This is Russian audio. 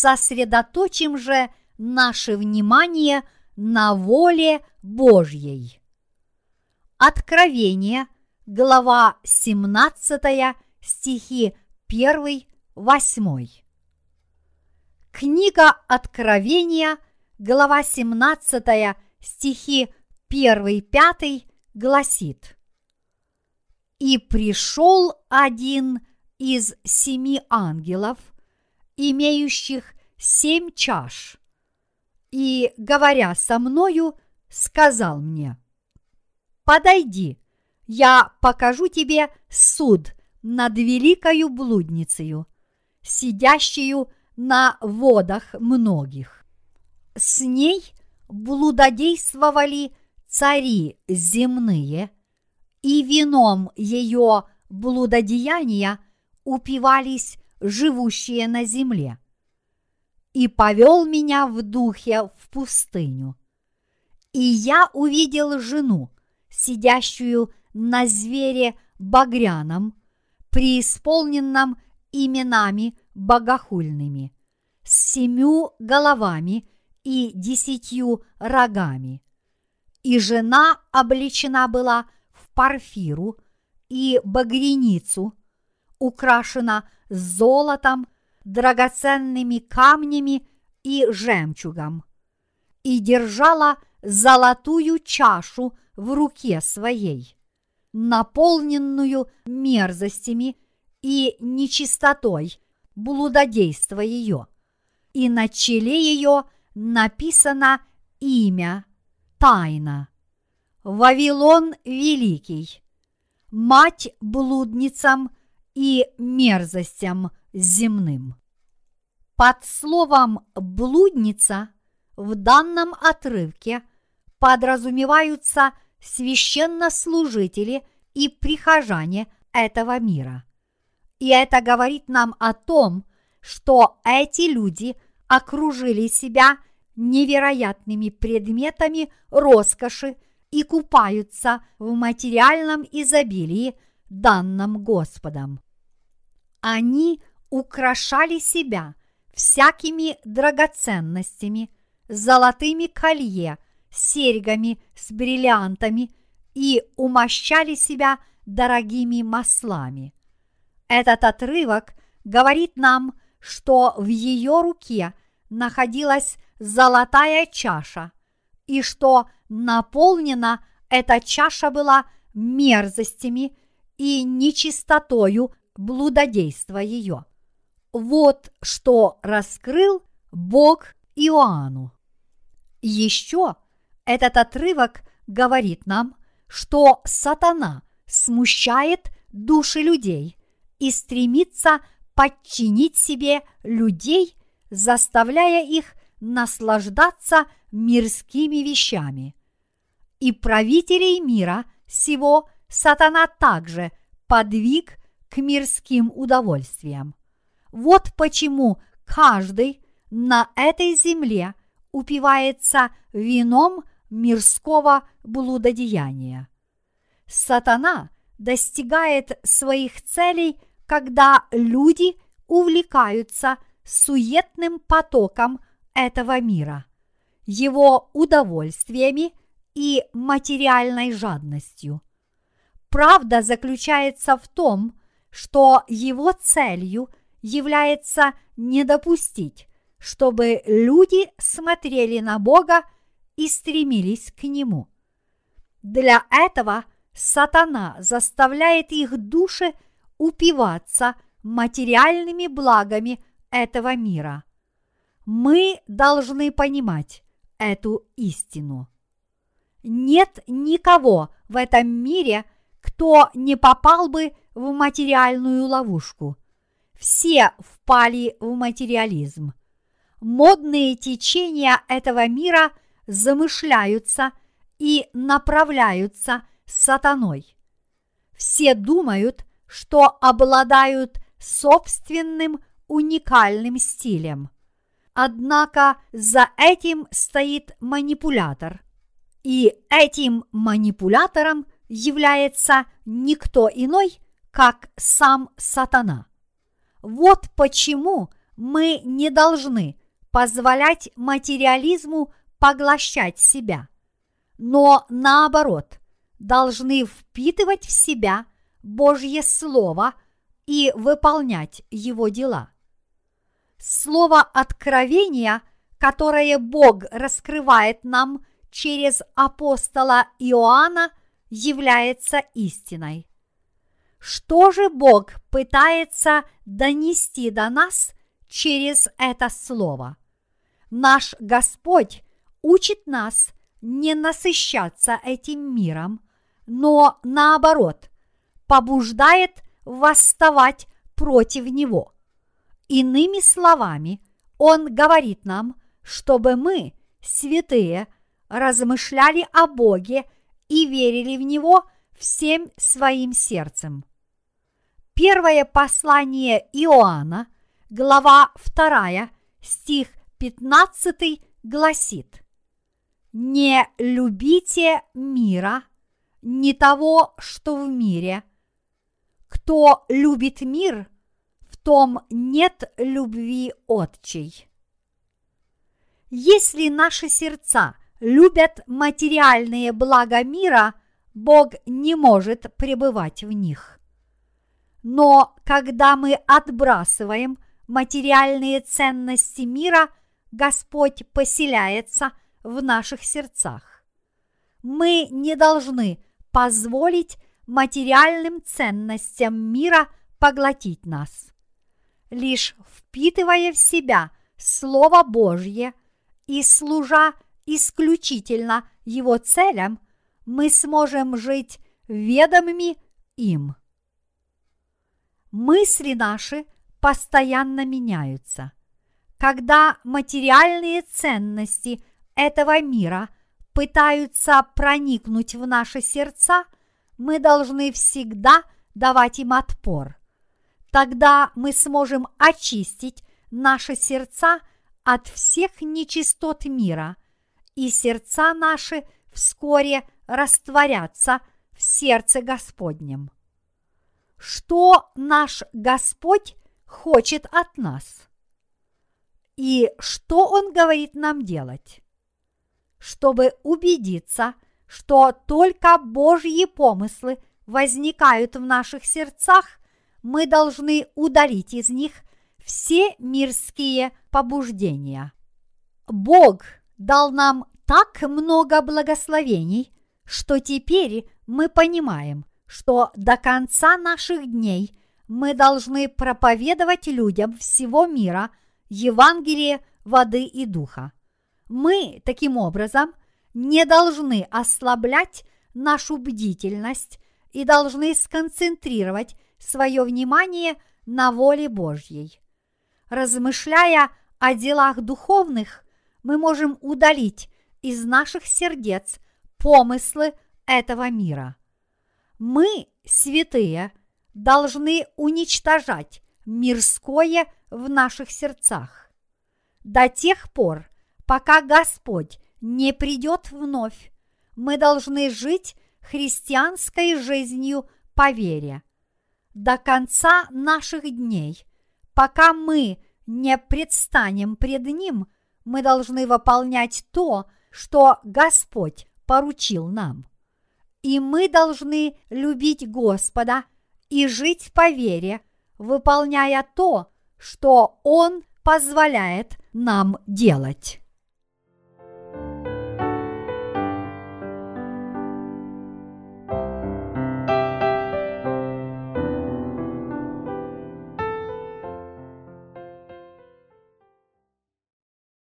сосредоточим же наше внимание на воле Божьей. Откровение, глава 17, стихи 1-8. Книга Откровения, глава 17, стихи 1-5 гласит: «И пришел один из 7 ангелов, имеющих 7 чаш, и, говоря со мною, сказал мне: подойди, я покажу тебе суд над великою блудницею, сидящую на водах многих. С ней блудодействовали цари земные, и вином ее блудодеяния упивались живущие на земле. И повел меня в духе в пустыню. И я увидел жену, сидящую на звере багряном, преисполненном именами богохульными, с 7 головами и 10 рогами. И жена облечена была в парфиру и багряницу, украшена золотом, драгоценными камнями и жемчугом, и держала золотую чашу в руке своей, наполненную мерзостями и нечистотой блудодейства ее, и на челе ее написано имя тайна: Вавилон Великий, мать блудницам и мерзостям земным. Под словом «блудница» в данном отрывке подразумеваются священнослужители и прихожане этого мира. И это говорит нам о том, что эти люди окружили себя невероятными предметами роскоши и купаются в материальном изобилии, данном Господом. Они украшали себя всякими драгоценностями, золотыми колье, серьгами с бриллиантами и умощали себя дорогими маслами. Этот отрывок говорит нам, что в ее руке находилась золотая чаша, и что наполнена эта чаша была мерзостями и нечистотою блудодейства ее. Вот что раскрыл Бог Иоанну. Еще этот отрывок говорит нам, что сатана смущает души людей и стремится подчинить себе людей, заставляя их наслаждаться мирскими вещами. И правителей мира сего сатана также подвиг к мирским удовольствиям. Вот почему каждый на этой земле упивается вином мирского блудодеяния. Сатана достигает своих целей, когда люди увлекаются суетным потоком этого мира, его удовольствиями и материальной жадностью. Правда заключается в том, что его целью является не допустить, чтобы люди смотрели на Бога и стремились к Нему. Для этого сатана заставляет их души упиваться материальными благами этого мира. Мы должны понимать эту истину. Нет никого в этом мире, кто не попал бы в материальную ловушку. Все впали в материализм. Модные течения этого мира замышляются и направляются сатаной. Все думают, что обладают собственным уникальным стилем. Однако за этим стоит манипулятор. И этим манипулятором является никто иной, как сам сатана. Вот почему мы не должны позволять материализму поглощать себя, но наоборот, должны впитывать в себя Божье Слово и выполнять его дела. Слово откровения, которое Бог раскрывает нам через апостола Иоанна, является истиной. Что же Бог пытается донести до нас через это слово? Наш Господь учит нас не насыщаться этим миром, но наоборот, побуждает восставать против него. Иными словами, Он говорит нам, чтобы мы, святые, размышляли о Боге и верили в Него всем своим сердцем. Первое послание Иоанна, глава 2, стих 15 гласит: «Не любите мира, не того, что в мире. Кто любит мир, в том нет любви Отчей». Если наши сердца любят материальные блага мира, Бог не может пребывать в них. Но когда мы отбрасываем материальные ценности мира, Господь поселяется в наших сердцах. Мы не должны позволить материальным ценностям мира поглотить нас. Лишь впитывая в себя Слово Божье и служа исключительно Его целям, мы сможем жить ведомыми им. Мысли наши постоянно меняются. Когда материальные ценности этого мира пытаются проникнуть в наши сердца, мы должны всегда давать им отпор. Тогда мы сможем очистить наши сердца от всех нечистот мира, и сердца наши вскоре растворятся в сердце Господнем. Что наш Господь хочет от нас? И что Он говорит нам делать? Чтобы убедиться, что только Божьи помыслы возникают в наших сердцах, мы должны удалить из них все мирские побуждения. Бог дал нам так много благословений, что теперь мы понимаем, что до конца наших дней мы должны проповедовать людям всего мира Евангелие воды и духа. Мы, таким образом, не должны ослаблять нашу бдительность и должны сконцентрировать свое внимание на воле Божьей. Размышляя о делах духовных, мы можем удалить из наших сердец помыслы этого мира. Мы, святые, должны уничтожать мирское в наших сердцах. До тех пор, пока Господь не придет вновь, мы должны жить христианской жизнью по вере. До конца наших дней, пока мы не предстанем пред Ним, мы должны выполнять то, что Господь поручил нам. И мы должны любить Господа и жить по вере, выполняя то, что Он позволяет нам делать.